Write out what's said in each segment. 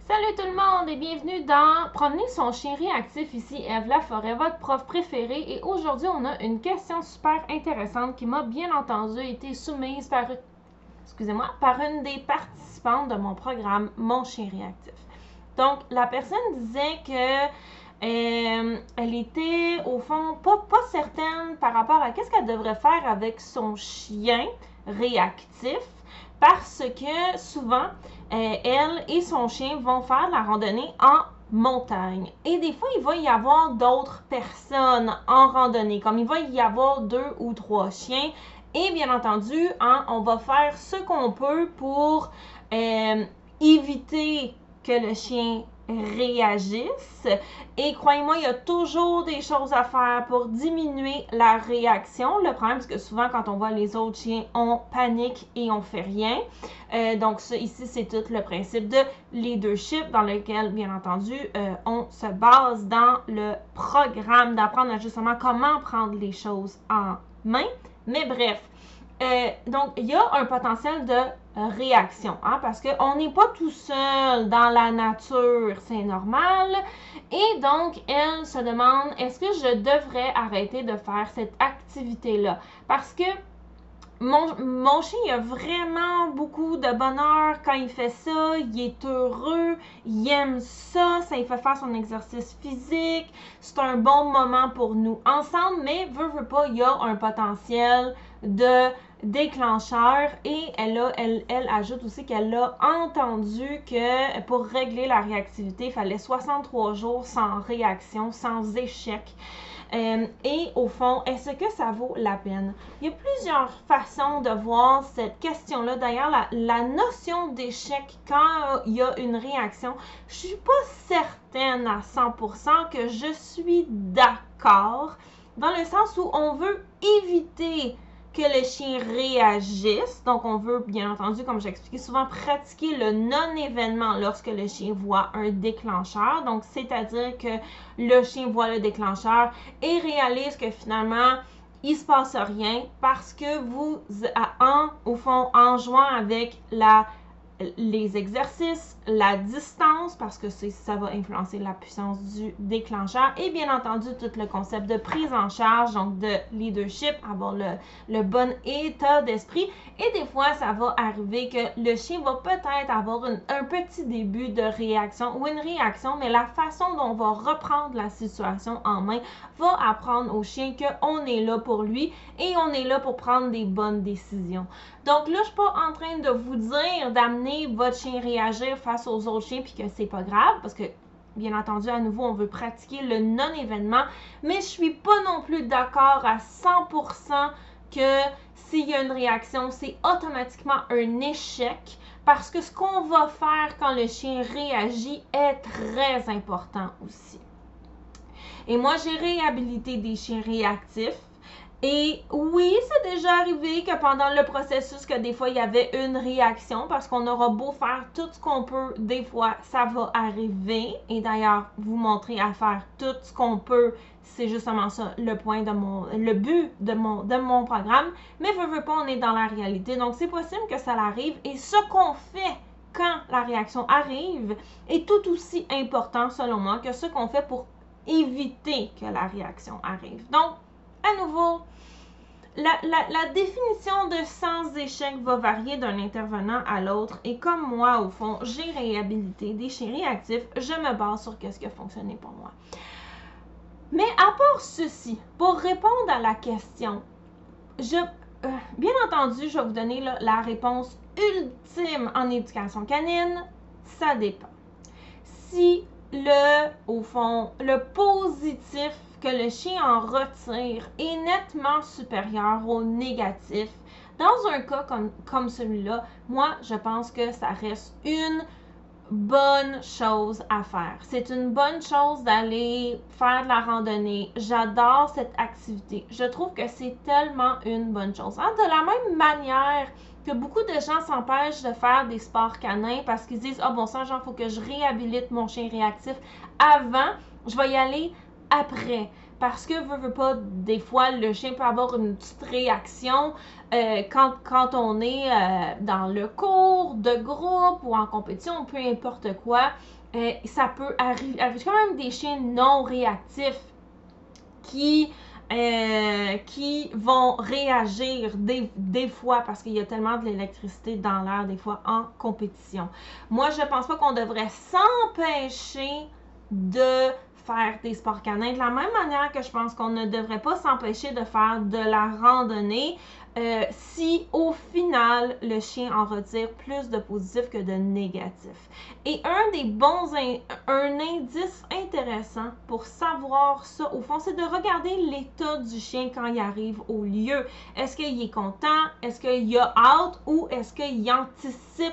Salut tout le monde et bienvenue dans Promener son chien réactif, ici Eve Laforêt, votre prof préférée. Et aujourd'hui, on a une question super intéressante qui m'a bien entendu été soumise par une des participantes de mon programme Mon chien réactif. Donc, la personne disait que elle était au fond pas certaine par rapport à qu'est-ce qu'elle devrait faire avec son chien réactif parce que souvent, elle et son chien vont faire de la randonnée en montagne. Et des fois, il va y avoir d'autres personnes en randonnée, comme il va y avoir 2 ou 3 chiens. Et bien entendu, on va faire ce qu'on peut pour éviter que le chien réagisse. Et croyez-moi, il y a toujours des choses à faire pour diminuer la réaction. Le problème, c'est que souvent, quand on voit les autres chiens, on panique et on fait rien. Donc, ça, ici, c'est tout le principe de leadership dans lequel, bien entendu, on se base dans le programme d'apprendre justement comment prendre les choses en main. Mais bref, donc, il y a un potentiel de réaction, parce qu'on n'est pas tout seul dans la nature, c'est normal. Et donc, elle se demande, est-ce que je devrais arrêter de faire cette activité-là? Parce que mon chien, il a vraiment beaucoup de bonheur quand il fait ça, il est heureux, il aime ça, ça lui fait faire son exercice physique, c'est un bon moment pour nous ensemble, mais veut pas, il y a un potentiel de déclencheur et elle ajoute aussi qu'elle a entendu que pour régler la réactivité, il fallait 63 jours sans réaction, sans échec. Et au fond, est-ce que ça vaut la peine? Il y a plusieurs façons de voir cette question-là. D'ailleurs, la notion d'échec quand il y a une réaction, je suis pas certaine à 100% que je suis d'accord, dans le sens où on veut éviter que le chien réagisse. Donc, on veut, bien entendu, comme j'ai expliqué souvent, pratiquer le non-événement lorsque le chien voit un déclencheur. Donc, c'est-à-dire que le chien voit le déclencheur et réalise que finalement, il se passe rien parce que vous, au fond, en jouant avec les exercices, la distance, parce que ça va influencer la puissance du déclencheur, et bien entendu, tout le concept de prise en charge, donc de leadership, avoir le bon état d'esprit. Et des fois, ça va arriver que le chien va peut-être avoir un petit début de réaction ou une réaction, mais la façon dont on va reprendre la situation en main va apprendre au chien qu'on est là pour lui et on est là pour prendre des bonnes décisions. Donc là, je suis pas en train de vous dire d'amener votre chien réagir face aux autres chiens puis que c'est pas grave parce que bien entendu, à nouveau, on veut pratiquer le non-événement, mais je suis pas non plus d'accord à 100% que s'il y a une réaction, c'est automatiquement un échec parce que ce qu'on va faire quand le chien réagit est très important aussi. Et moi, j'ai réhabilité des chiens réactifs. Et oui, c'est déjà arrivé que pendant le processus, que des fois, il y avait une réaction parce qu'on aura beau faire tout ce qu'on peut, des fois, ça va arriver. Et d'ailleurs, vous montrer à faire tout ce qu'on peut, c'est justement ça le but de mon programme. Mais veux pas, on est dans la réalité. Donc, c'est possible que ça arrive. Et ce qu'on fait quand la réaction arrive est tout aussi important, selon moi, que ce qu'on fait pour éviter que la réaction arrive. Donc, à nouveau, la définition de sans échec va varier d'un intervenant à l'autre et comme moi, au fond, j'ai réhabilité des chiens réactifs, je me base sur ce qui a fonctionné pour moi. Mais à part ceci, pour répondre à la question, bien entendu, je vais vous donner la réponse ultime en éducation canine, ça dépend. Si au fond, le positif que le chien en retire est nettement supérieur au négatif, dans un cas comme celui-là, moi, je pense que ça reste une bonne chose à faire. C'est une bonne chose d'aller faire de la randonnée. J'adore cette activité. Je trouve que c'est tellement une bonne chose. De la même manière que beaucoup de gens s'empêchent de faire des sports canins parce qu'ils disent « Ah bon sang, genre, il faut que je réhabilite mon chien réactif avant, je vais y aller après. » parce que, veux pas, des fois, le chien peut avoir une petite réaction quand on est dans le cours de groupe ou en compétition, peu importe quoi. Ça peut arriver quand même des chiens non réactifs qui vont réagir des fois parce qu'il y a tellement de l'électricité dans l'air des fois en compétition. Moi, je pense pas qu'on devrait s'empêcher de faire des sports canins de la même manière que je pense qu'on ne devrait pas s'empêcher de faire de la randonnée si au final le chien en retire plus de positif que de négatif. Et un indice intéressant pour savoir ça au fond, c'est de regarder l'état du chien quand il arrive au lieu. Est-ce qu'il est content? Est-ce qu'il a hâte? Ou est-ce qu'il anticipe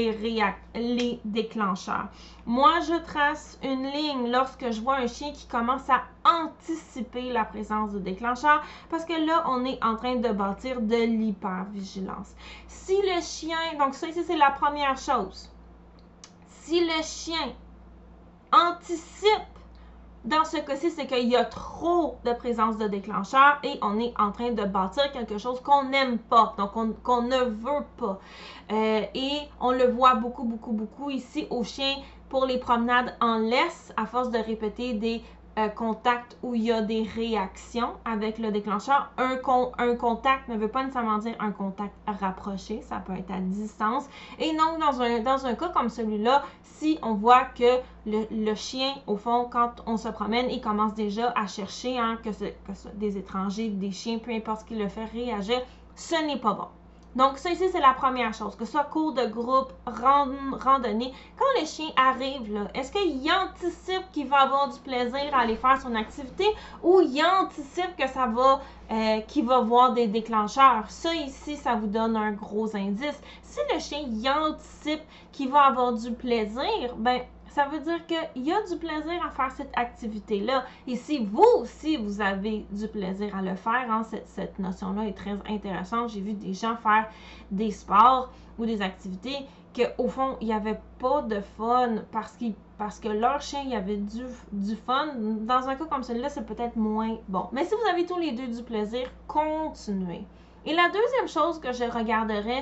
les déclencheurs? Moi, je trace une ligne lorsque je vois un chien qui commence à anticiper la présence de déclencheurs parce que là, on est en train de bâtir de l'hypervigilance. Si le chien, donc ça ici, c'est la première chose. Si le chien anticipe, dans ce cas-ci, c'est qu'il y a trop de présence de déclencheurs et on est en train de bâtir quelque chose qu'on n'aime pas, donc qu'on ne veut pas. Et on le voit beaucoup ici au chien pour les promenades en laisse, à force de répéter des contacts où il y a des réactions avec le déclencheur. Un contact ne veut pas nécessairement dire un contact rapproché, ça peut être à distance. Et donc, dans un cas comme celui-là, si on voit que le chien, au fond, quand on se promène, il commence déjà à chercher, que ce soit des étrangers, des chiens, peu importe ce qui le fait réagir, ce n'est pas bon. Donc, ça ici, c'est la première chose, que ce soit cours de groupe, randonnée. Quand le chien arrive, est-ce qu'il anticipe qu'il va avoir du plaisir à aller faire son activité ou il anticipe que ça va, qu'il va voir des déclencheurs? Ça ici, ça vous donne un gros indice. Si le chien anticipe qu'il va avoir du plaisir, ben ça veut dire qu'il y a du plaisir à faire cette activité-là. Et si vous aussi, vous avez du plaisir à le faire, cette notion-là est très intéressante. J'ai vu des gens faire des sports ou des activités qu'au fond, il n'y avait pas de fun parce que leur chien, il y avait du fun. Dans un cas comme celui-là, c'est peut-être moins bon. Mais si vous avez tous les deux du plaisir, continuez. Et la deuxième chose que je regarderais,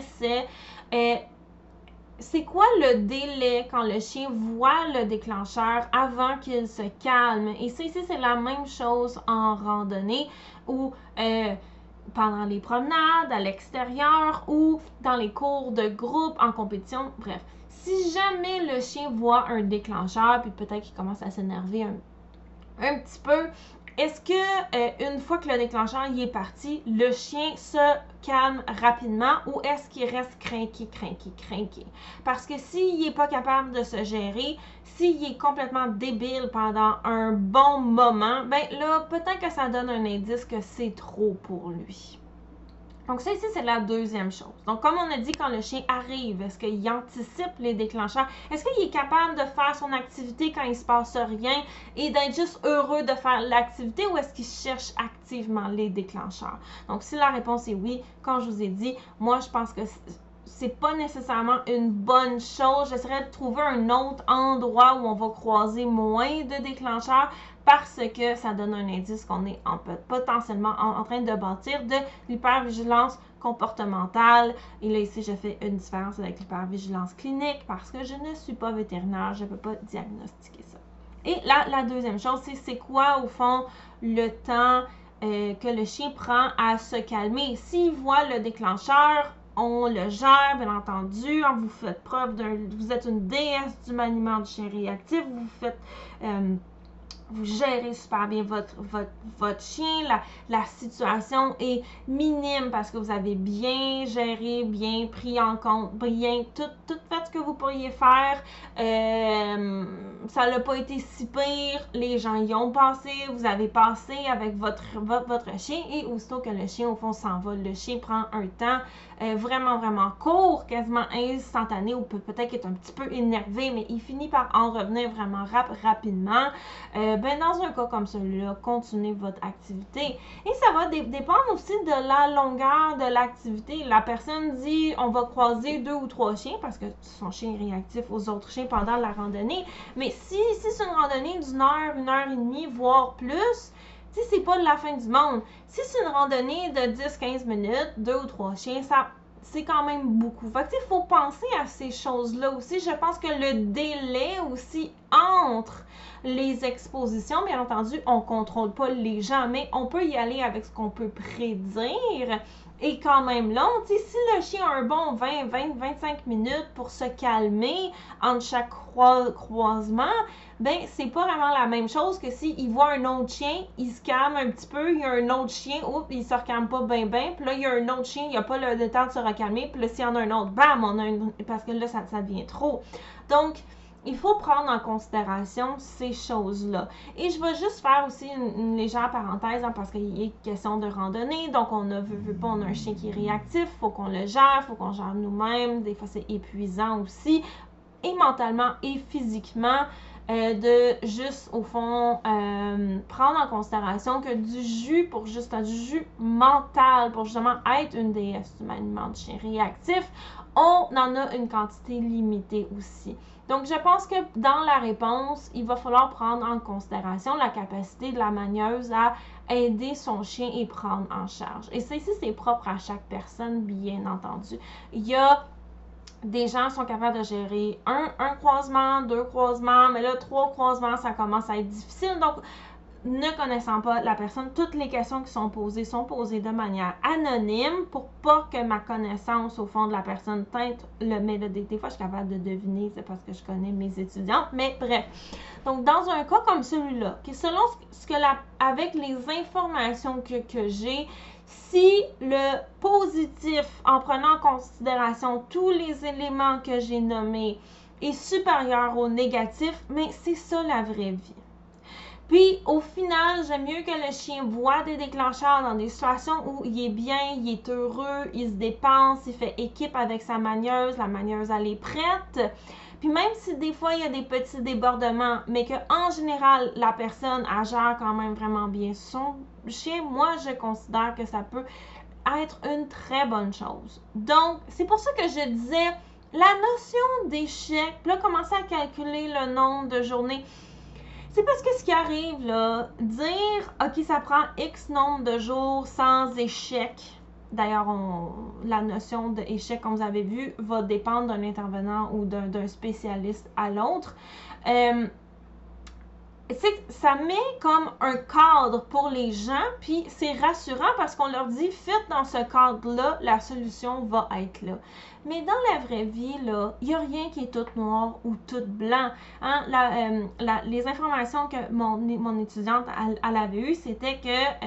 c'est quoi le délai quand le chien voit le déclencheur avant qu'il se calme? Et ça ici, c'est la même chose en randonnée ou pendant les promenades, à l'extérieur ou dans les cours de groupe, en compétition, bref. Si jamais le chien voit un déclencheur, puis peut-être qu'il commence à s'énerver un petit peu, est-ce que une fois que le déclencheur y est parti, le chien se calme rapidement ou est-ce qu'il reste craqué? Parce que s'il n'est pas capable de se gérer, s'il est complètement débile pendant un bon moment, ben là, peut-être que ça donne un indice que c'est trop pour lui. Donc ça ici, c'est la deuxième chose. Donc comme on a dit, quand le chien arrive, est-ce qu'il anticipe les déclencheurs? Est-ce qu'il est capable de faire son activité quand il ne se passe rien et d'être juste heureux de faire l'activité ou est-ce qu'il cherche activement les déclencheurs? Donc si la réponse est oui, comme je vous ai dit, moi je pense que c'est pas nécessairement une bonne chose. J'essaierais de trouver un autre endroit où on va croiser moins de déclencheurs parce que ça donne un indice qu'on est potentiellement en train de bâtir de l'hypervigilance comportementale. Et là, ici, je fais une différence avec l'hypervigilance clinique parce que je ne suis pas vétérinaire, je ne peux pas diagnostiquer ça. Et la deuxième chose, c'est quoi, au fond, le temps que le chien prend à se calmer? S'il voit le déclencheur, on le gère, bien entendu. Vous faites preuve vous êtes une déesse du maniement du chien réactif. Vous gérez super bien votre chien. La situation est minime parce que vous avez bien géré, bien pris en compte, bien tout fait ce que vous pourriez faire. Ça n'a pas été si pire. Les gens y ont passé. Vous avez passé avec votre chien et aussitôt que le chien, au fond, s'envole, le chien prend un temps vraiment court, quasiment instantané ou peut-être qu'il est un petit peu énervé, mais il finit par en revenir vraiment rapidement. Dans un cas comme celui-là, continuez votre activité. Et ça va dépendre aussi de la longueur de l'activité. La personne dit, on va croiser 2 ou 3 chiens parce que son chien est réactif aux autres chiens pendant la randonnée. Mais si c'est une randonnée d'1 heure, 1 heure et demie, voire plus, Tu sais, c'est pas de la fin du monde. Si c'est une randonnée de 10-15 minutes, 2 ou 3 chiens, c'est quand même beaucoup. Fait que, tu sais, il faut penser à ces choses-là aussi. Je pense que le délai aussi entre les expositions, bien entendu, on contrôle pas les gens, mais on peut y aller avec ce qu'on peut prédire. Et quand même long, tu sais, si le chien a un bon 20-25 minutes pour se calmer entre chaque croisement, ben c'est pas vraiment la même chose que s'il voit un autre chien, il se calme un petit peu, il y a un autre chien, oups, il se recalme pas bien, puis là, il y a un autre chien, il a pas le temps de se recalmer, puis là, s'il y en a un autre, bam, on a parce que là, ça devient trop. Donc, il faut prendre en considération ces choses-là. Et je vais juste faire aussi une légère parenthèse, hein, parce qu'il est question de randonnée, donc on a veut pas, on a un chien qui est réactif, faut qu'on le gère, faut qu'on gère nous-mêmes, des fois c'est épuisant aussi, et mentalement et physiquement, de juste, au fond, prendre en considération que du jus mental, pour justement être une déesse du maniement du chien réactif, on en a une quantité limitée aussi. Donc, je pense que dans la réponse, il va falloir prendre en considération la capacité de la manieuse à aider son chien et prendre en charge. Et ça, ici, c'est propre à chaque personne, bien entendu. Il y a des gens qui sont capables de gérer un croisement, 2 croisements, mais là, 3 croisements, ça commence à être difficile. Donc, ne connaissant pas la personne, toutes les questions qui sont posées de manière anonyme pour pas que ma connaissance au fond de la personne teinte le mais des fois je suis capable de deviner, c'est parce que je connais mes étudiantes, mais bref. Donc dans un cas comme celui-là, qui selon ce que avec les informations que j'ai, si le positif, en prenant en considération tous les éléments que j'ai nommés, est supérieur au négatif, mais c'est ça la vraie vie. Puis, au final, j'aime mieux que le chien voit des déclencheurs dans des situations où il est bien, il est heureux, il se dépense, il fait équipe avec sa manieuse, la manieuse, elle est prête. Puis même si des fois, il y a des petits débordements, mais qu'en général, la personne, elle gère quand même vraiment bien son chien, moi, je considère que ça peut être une très bonne chose. Donc, c'est pour ça que je disais, la notion d'échec, là, commencer à calculer le nombre de journées. C'est parce que ce qui arrive, là, dire, OK, ça prend X nombre de jours sans échec. D'ailleurs, la notion d'échec, comme vous avez vu, va dépendre d'un intervenant ou d'un spécialiste à l'autre. Ça met comme un cadre pour les gens, puis c'est rassurant parce qu'on leur dit, faites dans ce cadre-là, la solution va être là. Mais dans la vraie vie, là, il n'y a rien qui est tout noir ou tout blanc. Hein? Les informations que mon étudiante elle avait eues, c'était que,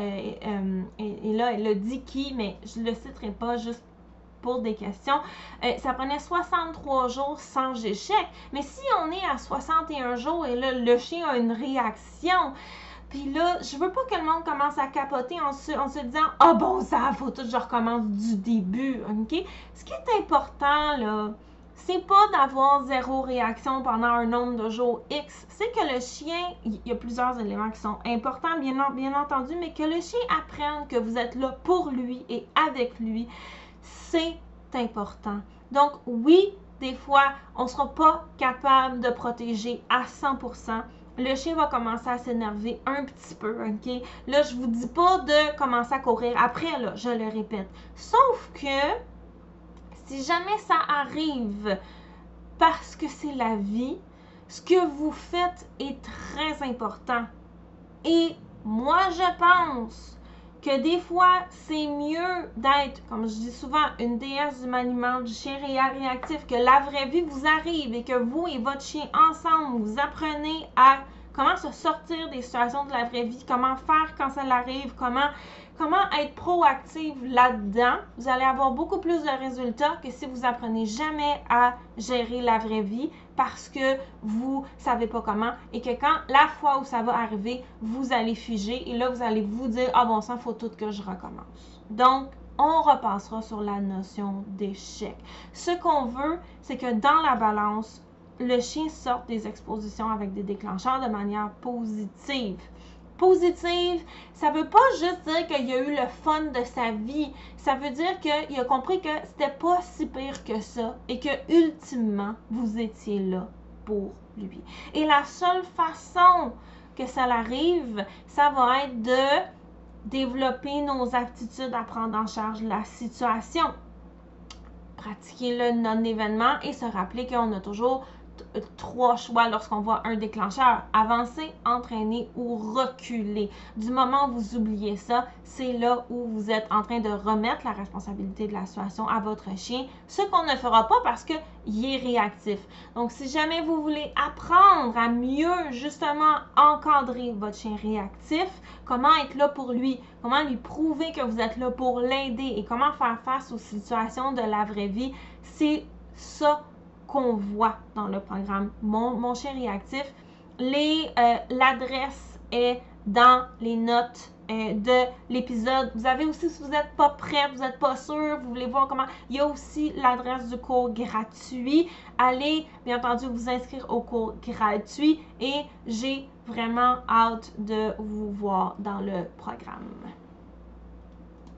et là, elle a dit qui, mais je ne le citerai pas juste pour des questions, ça prenait 63 jours sans échec. Mais si on est à 61 jours et là, le chien a une réaction, puis là, je veux pas que le monde commence à capoter en se disant « Ah bon, ça, faut tout que je recommence du début. » OK? Ce qui est important, là, c'est pas d'avoir 0 réaction pendant un nombre de jours X. C'est que le chien, il y a plusieurs éléments qui sont importants, bien entendu, mais que le chien apprenne que vous êtes là pour lui et avec lui, c'est important. Donc, oui, des fois, on ne sera pas capable de protéger à 100%. Le chien va commencer à s'énerver un petit peu, OK? Là, je vous dis pas de commencer à courir après, là, je le répète. Sauf que, si jamais ça arrive, parce que c'est la vie, ce que vous faites est très important. Et moi, je pense que des fois, c'est mieux d'être, comme je dis souvent, une déesse du maniement du chien réactif, que la vraie vie vous arrive et que vous et votre chien ensemble, vous apprenez à comment se sortir des situations de la vraie vie, comment faire quand ça l'arrive, comment être proactive là-dedans. Vous allez avoir beaucoup plus de résultats que si vous apprenez jamais à gérer la vraie vie parce que vous savez pas comment et que quand la fois où ça va arriver, vous allez figer et là, vous allez vous dire « Ah bon sang, faut tout que je recommence. » Donc, on repassera sur la notion d'échec. Ce qu'on veut, c'est que dans la balance, le chien sorte des expositions avec des déclencheurs de manière positive. Positive, ça veut pas juste dire qu'il a eu le fun de sa vie. Ça veut dire qu'il a compris que c'était pas si pire que ça et que ultimement, vous étiez là pour lui. Et la seule façon que ça arrive, ça va être de développer nos aptitudes à prendre en charge la situation, pratiquer le non-événement et se rappeler qu'on a toujours 3 choix lorsqu'on voit un déclencheur. Avancer, entraîner ou reculer. Du moment où vous oubliez ça, c'est là où vous êtes en train de remettre la responsabilité de la situation à votre chien, ce qu'on ne fera pas parce qu'il est réactif. Donc, si jamais vous voulez apprendre à mieux justement encadrer votre chien réactif, comment être là pour lui, comment lui prouver que vous êtes là pour l'aider et comment faire face aux situations de la vraie vie, c'est ça qu'on voit dans le programme Mon chien réactif. L'adresse est dans les notes de l'épisode. Vous avez aussi, si vous n'êtes pas prêt, vous n'êtes pas sûr, vous voulez voir comment, il y a aussi l'adresse du cours gratuit. Allez, bien entendu, vous inscrire au cours gratuit et j'ai vraiment hâte de vous voir dans le programme.